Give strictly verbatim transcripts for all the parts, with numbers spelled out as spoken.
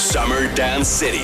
Summer Dance City.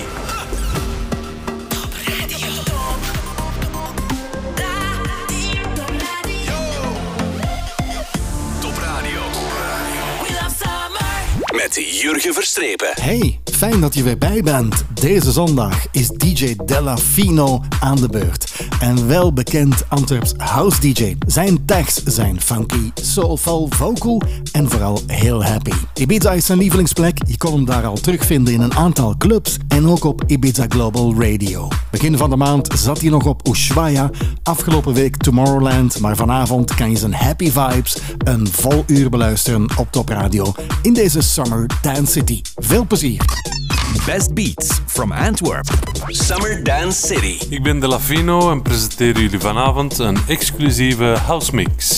Met Jurgen Verstrepen. Hey, fijn dat je weer bij bent. Deze zondag is D J Delafino aan de beurt. En wel bekend Antwerps house D J. Zijn tags zijn funky, soulful, vocal en vooral heel happy. Ibiza is zijn lievelingsplek. Je kon hem daar al terugvinden in een aantal clubs en ook op Ibiza Global Radio. Begin van de maand zat hij nog op Ushuaia. Afgelopen week Tomorrowland. Maar vanavond kan je zijn happy vibes een vol uur beluisteren op Top Radio in deze Summer Dance City. Veel plezier. Best Beats from Antwerp. Summer Dance City. Ik ben Delafino en presenteer jullie vanavond een exclusieve house mix.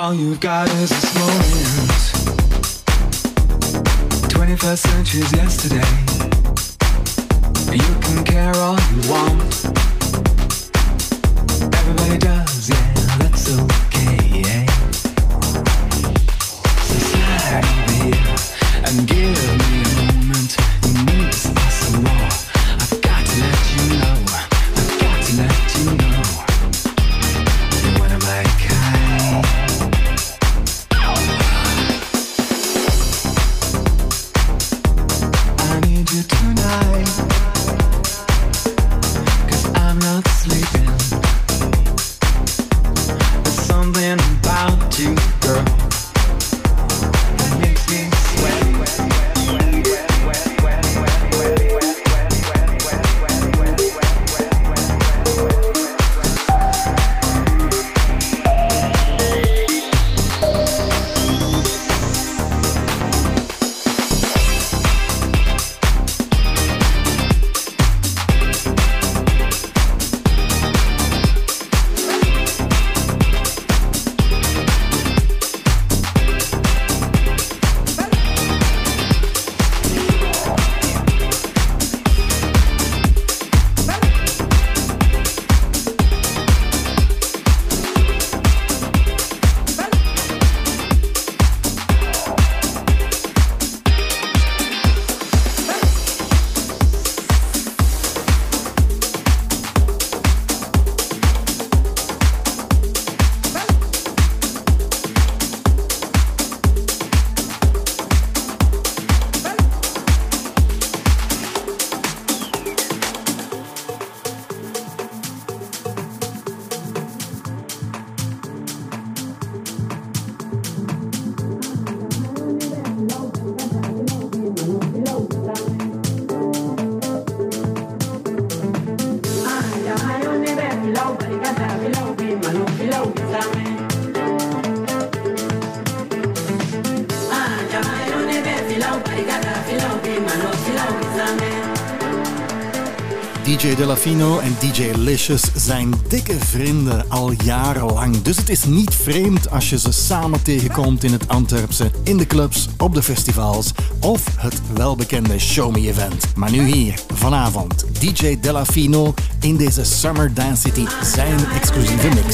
all you got is this moment. twenty-first century's yesterday. You can care all you want. Everybody does, yeah, that's okay, yeah. So slide over here and give me a moment. You need to start some more. I've got to let you know. I've got to let you know. You're one of my kind. I need you tonight, 'cause I'm not sleeping. There's something about you, girl, that makes me sweat. D J Delafino en D J Licious zijn dikke vrienden al jarenlang. Dus het is niet vreemd als je ze samen tegenkomt in het Antwerpse, in de clubs, op de festivals of het welbekende Show Me Event. Maar nu hier, vanavond, D J Delafino in deze Summer Dance City, zijn exclusieve mix.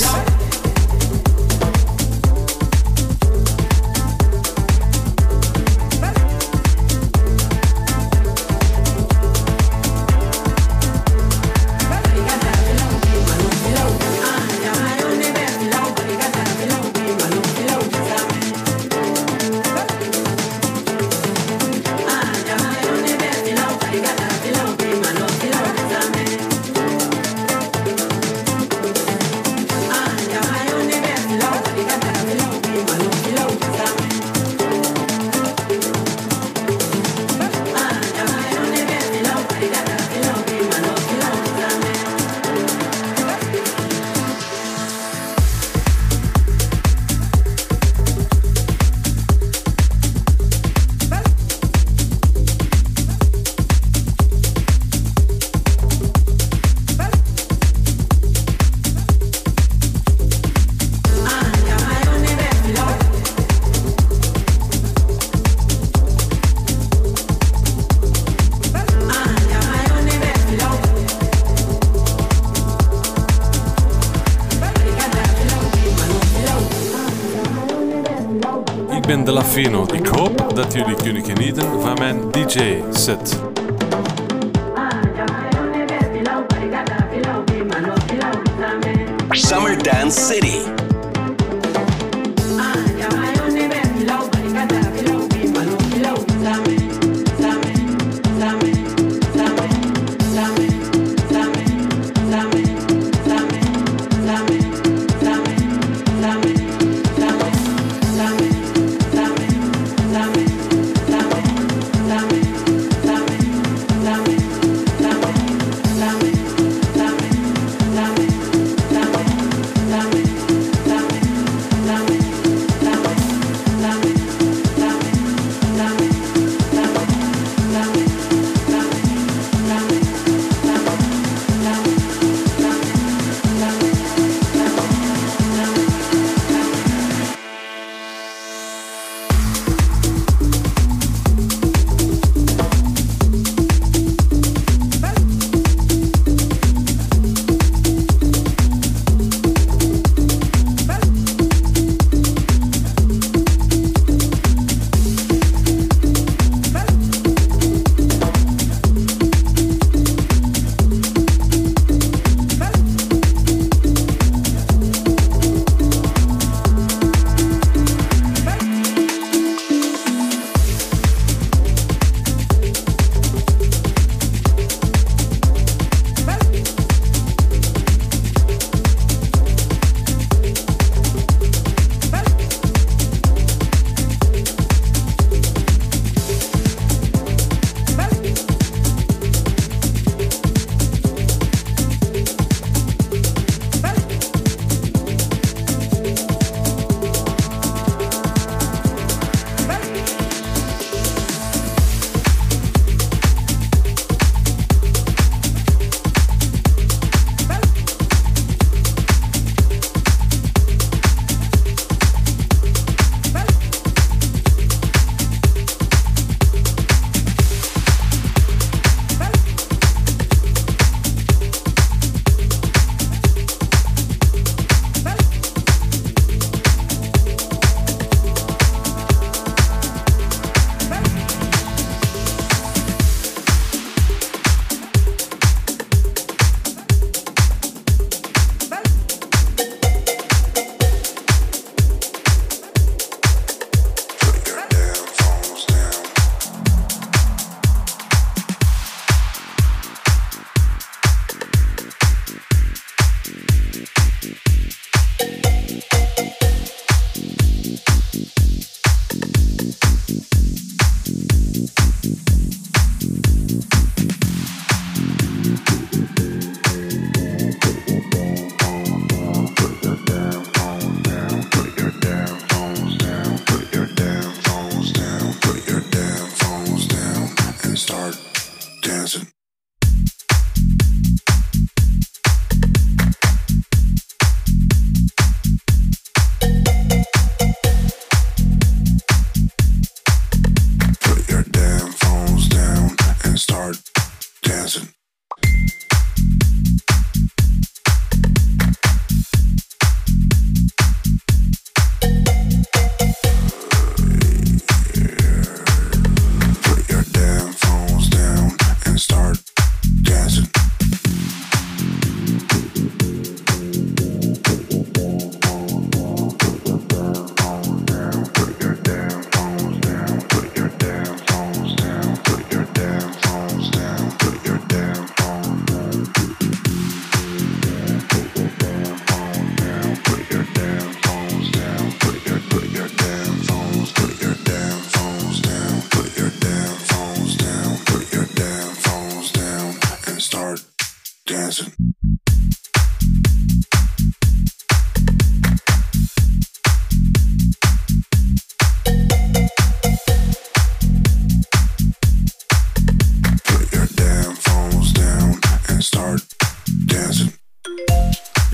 Ik ben Delafino. Ik hoop dat jullie kunnen genieten van mijn D J-set. Summer Dance City. Dame,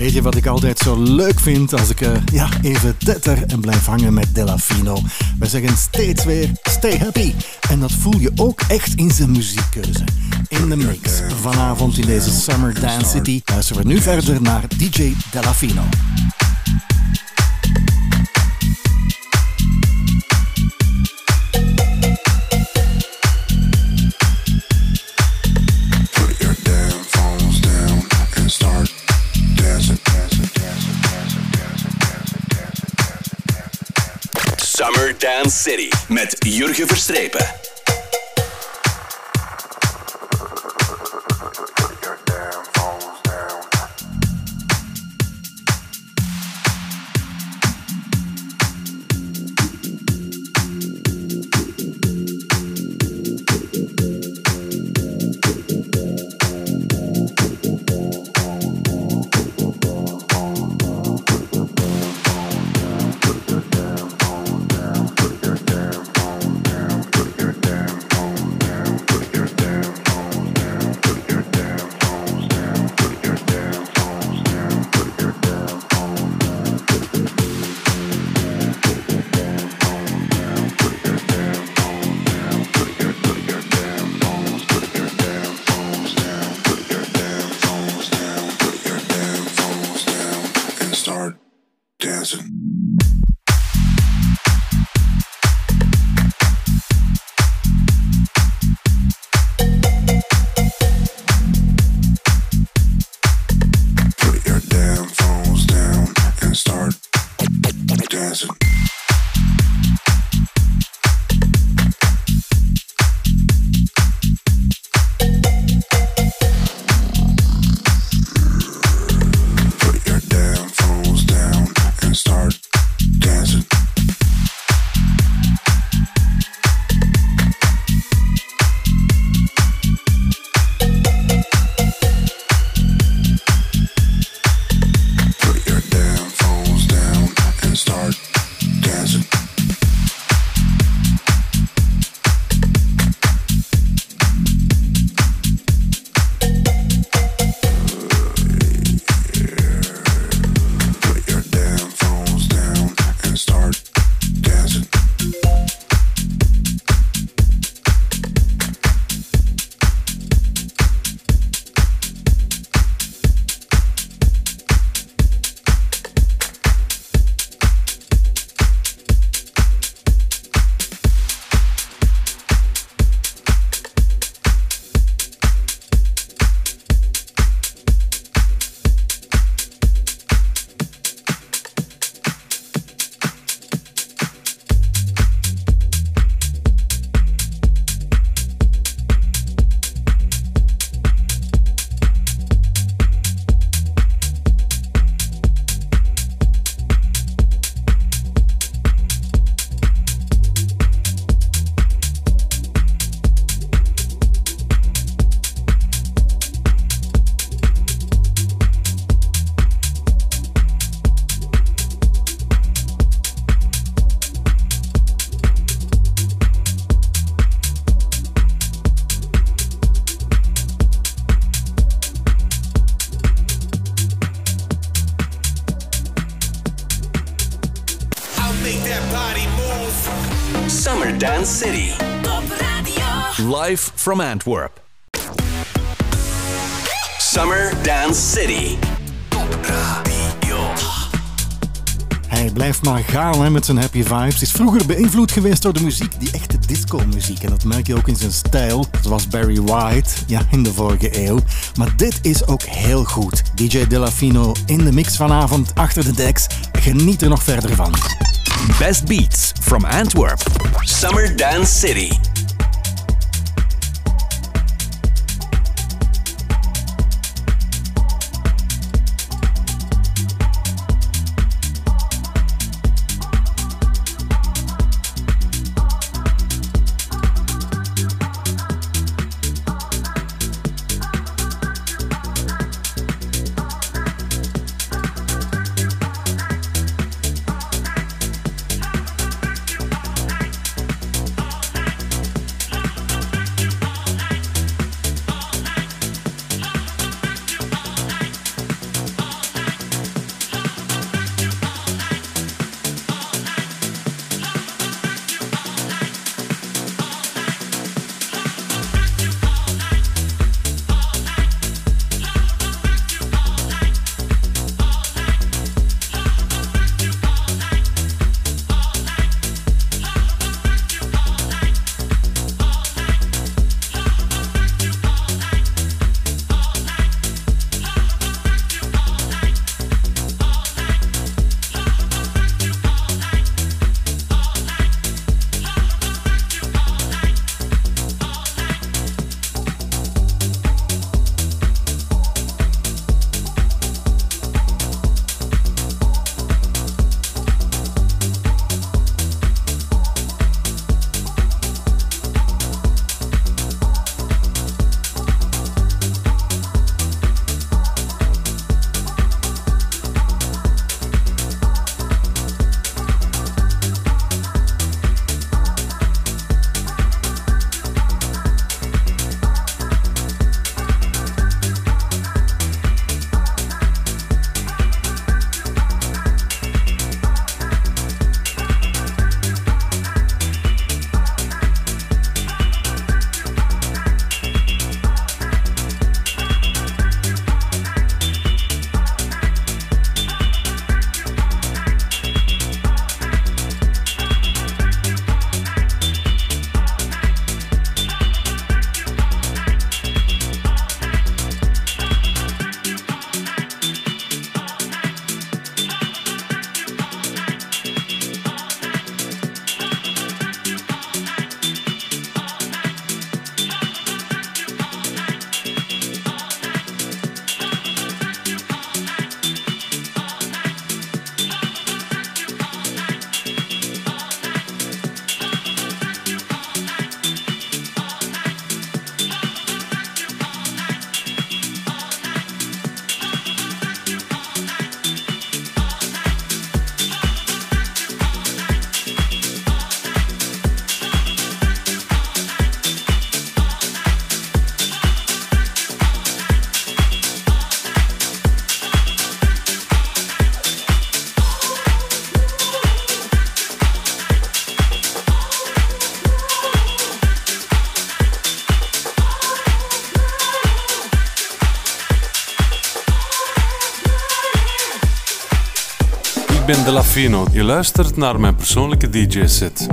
Weet je wat ik altijd zo leuk vind als ik uh, ja, even tetter en blijf hangen met Delafino? Wij zeggen steeds weer stay happy. En dat voel je ook echt in zijn muziekkeuze. In de mix. Vanavond in deze Summer Dance City luisteren we nu verder naar D J Delafino. Summer Dance City met Jurgen Verstrepen. Summer Dance City. Top Radio. Live from Antwerp. Summer Dance City. Top Radio. Hij blijft maar gaan hè, met zijn happy vibes. Is vroeger beïnvloed geweest door de muziek, die echte disco-muziek. En dat merk je ook in zijn stijl. Zoals Barry White, ja, in de vorige eeuw. Maar dit is ook heel goed. D J Delafino in de mix vanavond achter de decks. Geniet er nog verder van. Best beats from Antwerp. Summer Dance City. ik ben Delafino. Je luistert naar mijn persoonlijke D J-set.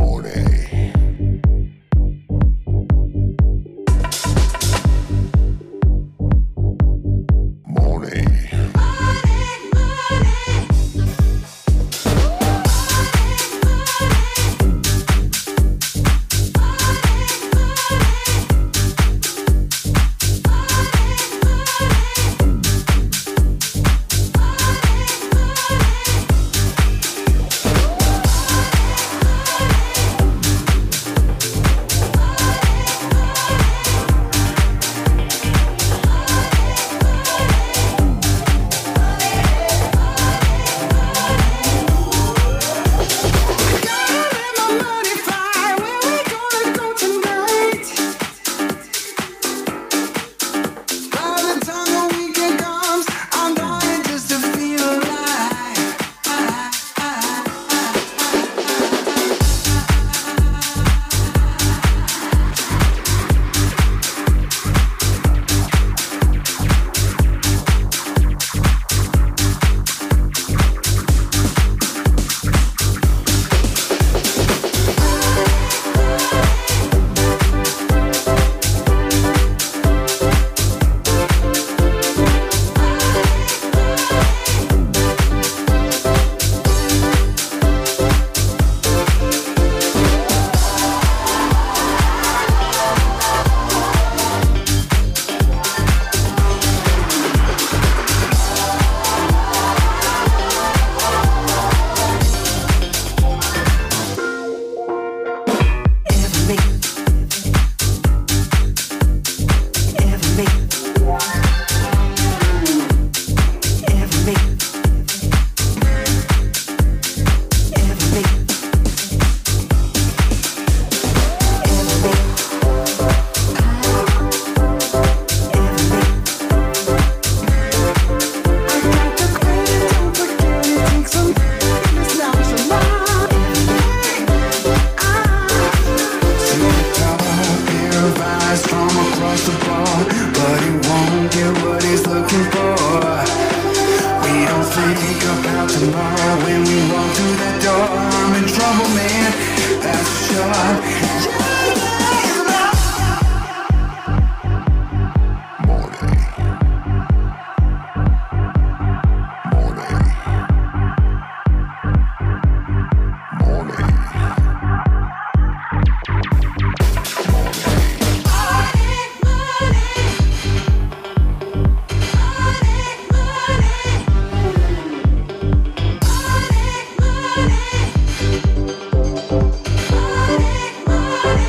Money, money, money.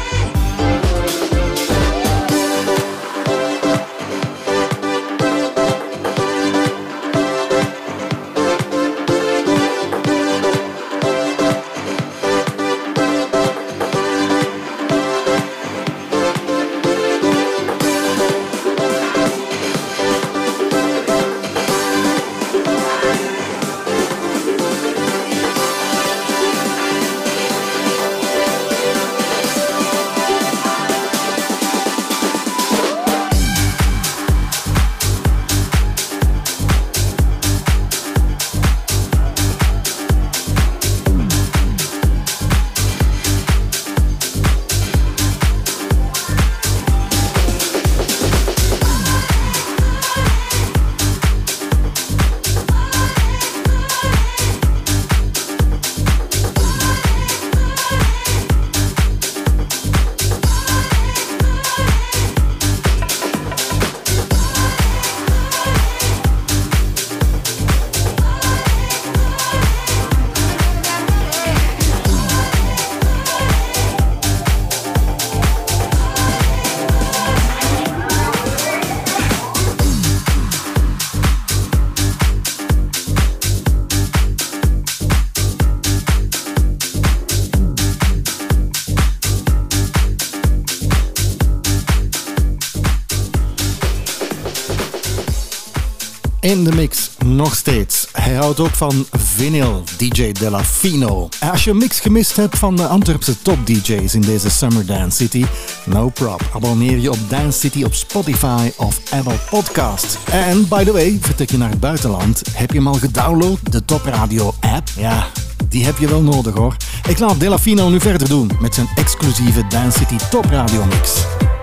in de mix, nog steeds. Hij houdt ook van vinyl, D J Della Fino. Als je een mix gemist hebt van de Antwerpse top D J's in deze Summer Dance City, no prob. Abonneer je op Dance City op Spotify of Apple Podcast. En, by the way, vertrek je naar het buitenland, heb je hem al gedownload, de Top Radio app? Ja, die heb je wel nodig hoor. Ik laat Della Fino nu verder doen met zijn exclusieve Dance City Top Radio mix.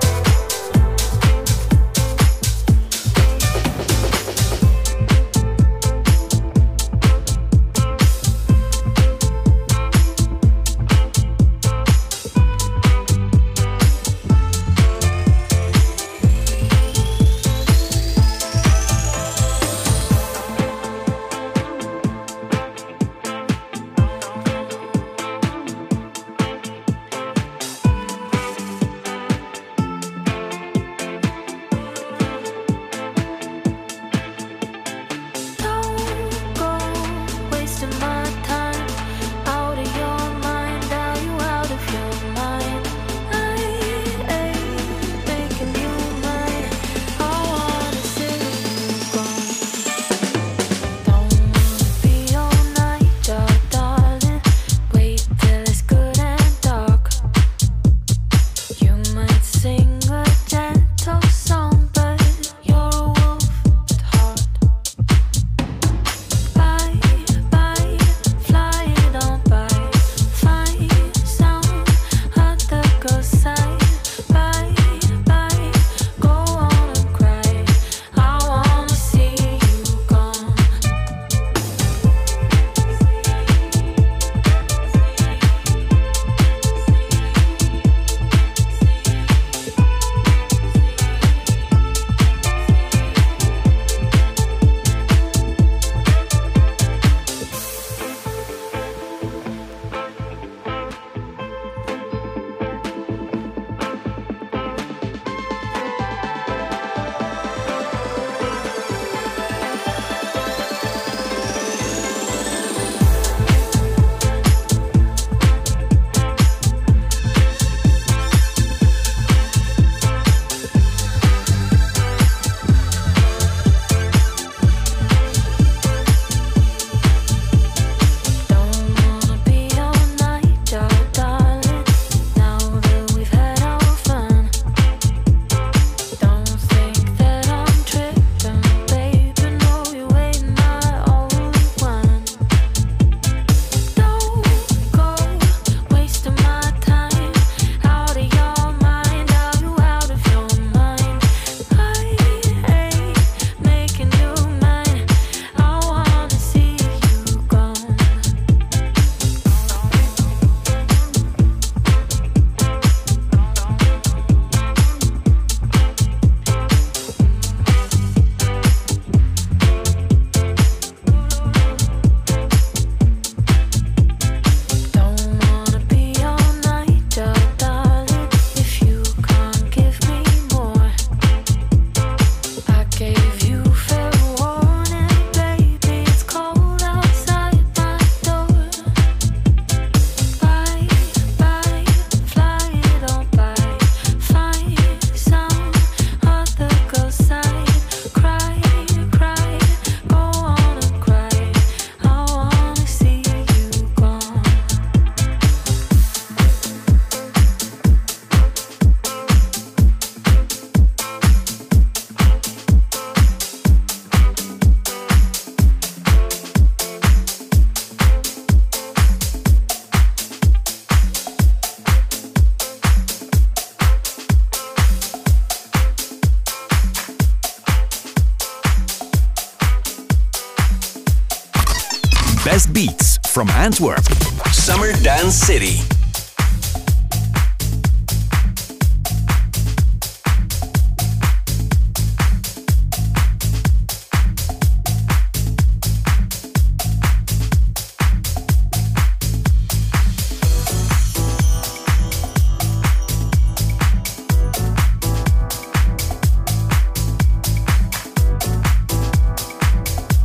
Best beats from Antwerp. Summer Dance City.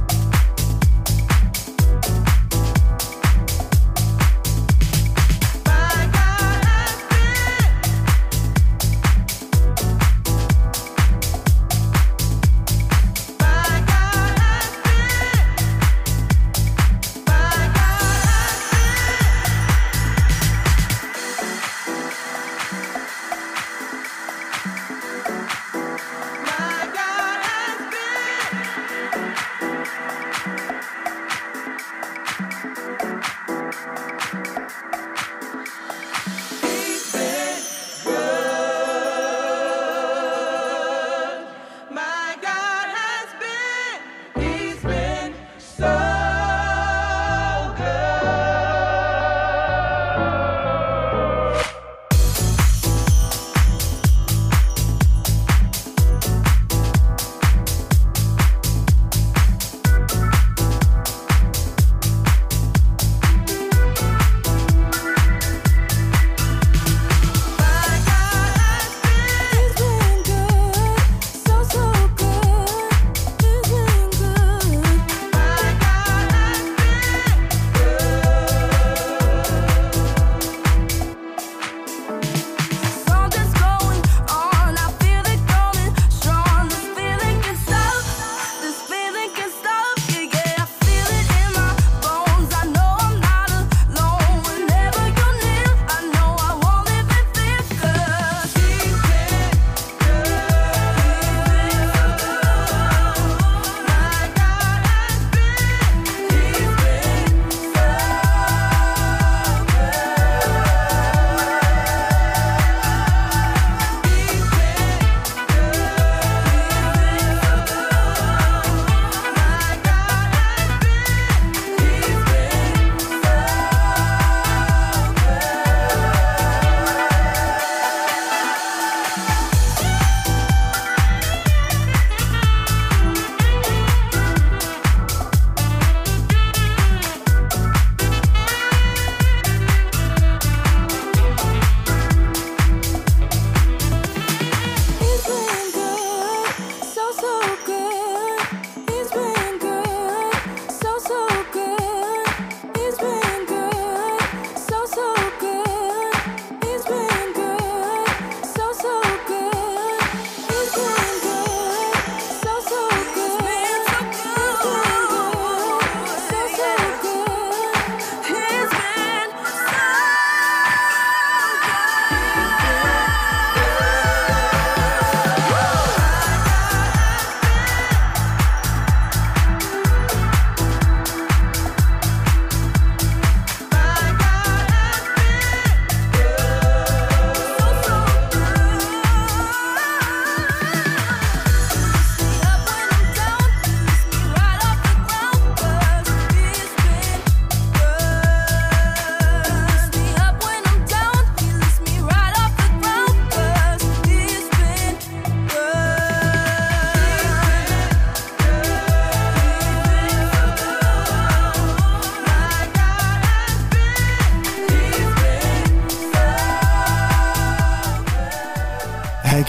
Bye.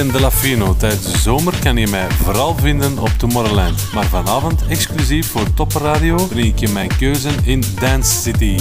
ben Delafino. Tijdens de zomer kan je mij vooral vinden op Tomorrowland. Maar vanavond, exclusief voor Topper Radio, breng ik je mijn keuze in Dance City.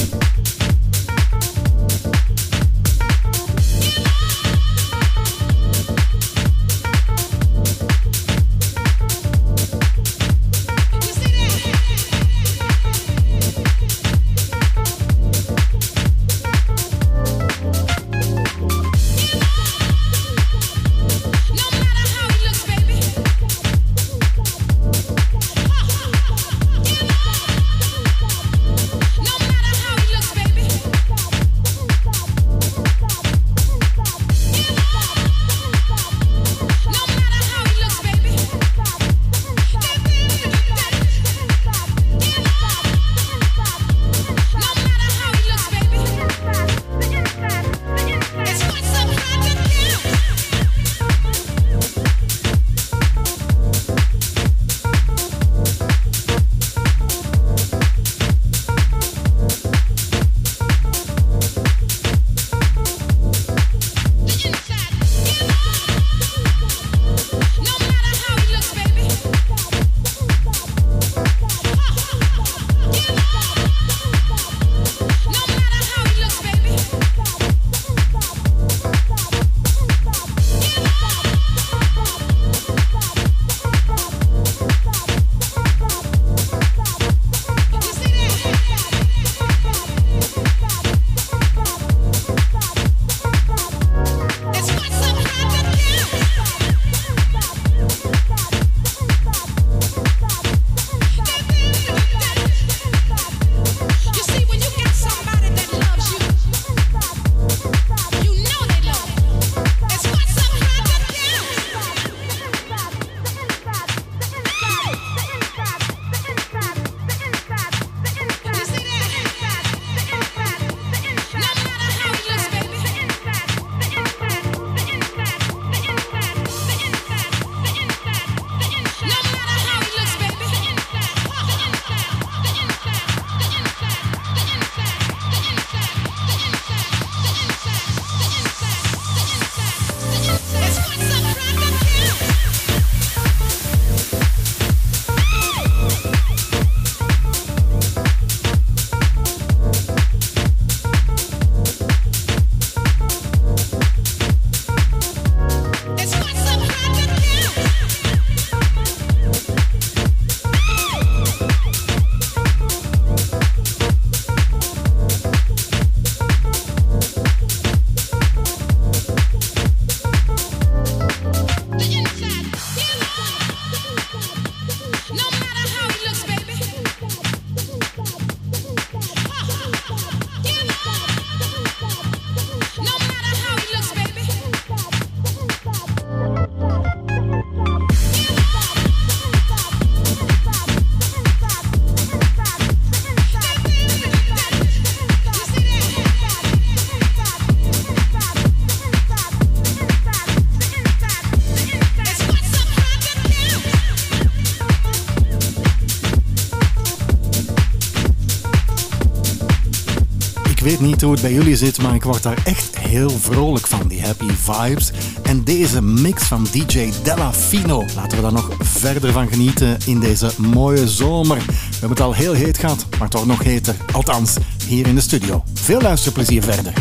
Ik weet niet hoe het bij jullie zit, maar ik word daar echt heel vrolijk van, die happy vibes. En deze mix van D J Delafino, laten we daar nog verder van genieten in deze mooie zomer. We hebben het al heel heet gehad, maar toch nog heter. Althans, hier in de studio. Veel luisterplezier verder.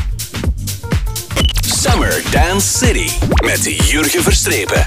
Summer Dance City met Jurgen Verstrepen.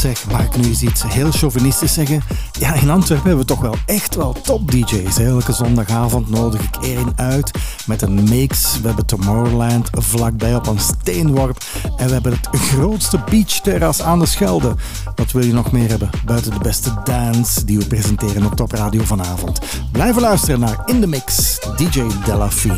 Zeg, mag ik nu eens iets heel chauvinistisch zeggen? Ja, in Antwerpen hebben we toch wel echt wel top D J's. Elke zondagavond nodig ik één uit met een mix. We hebben Tomorrowland vlakbij op een steenworp. En we hebben het grootste beachterras aan de Schelde. Wat wil je nog meer hebben? Buiten de beste dance die we presenteren op Top Radio vanavond. Blijf luisteren naar In The Mix, D J Della Fino.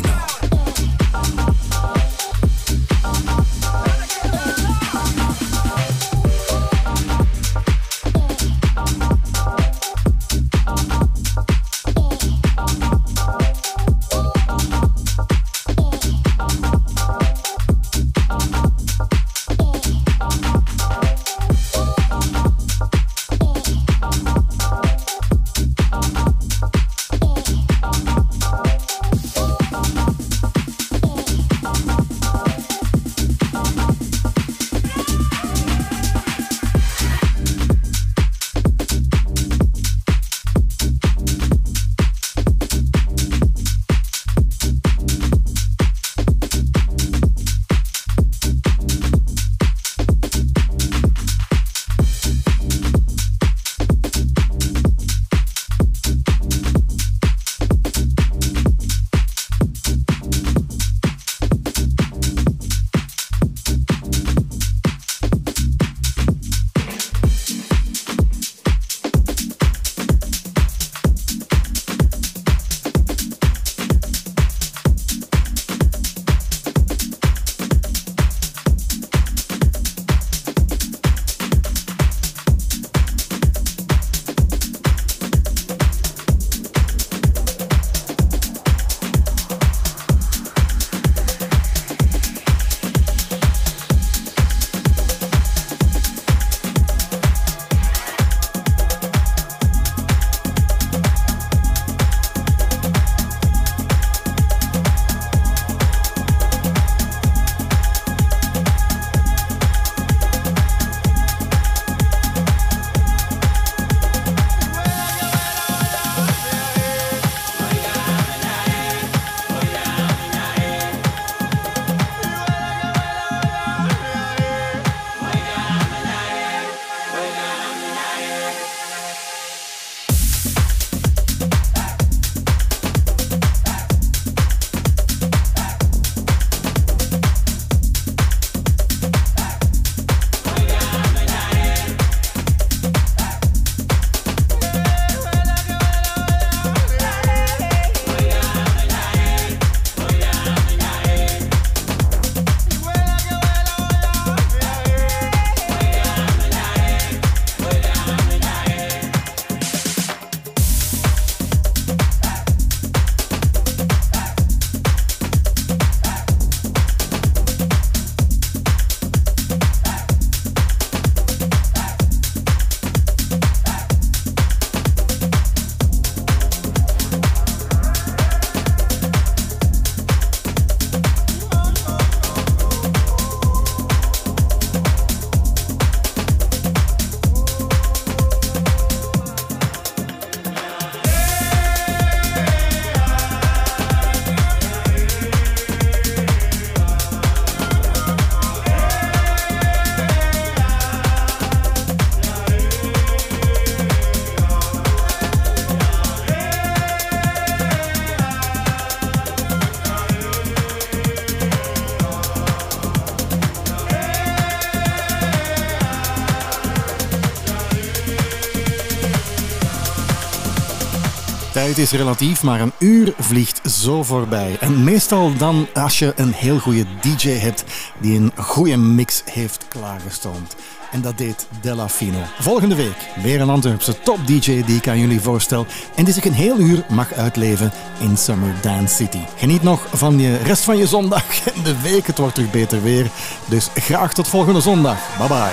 Tijd is relatief, maar een uur vliegt zo voorbij. En meestal dan als je een heel goede D J hebt die een goede mix heeft klaargestoomd. En dat deed Della Fino. Volgende week weer een Antwerpse top D J die ik aan jullie voorstel en die zich een heel uur mag uitleven in Summer Dance City. Geniet nog van de rest van je zondag en de week. Het wordt terug beter weer. Dus graag tot volgende zondag. Bye bye.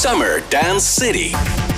Summer Dance City.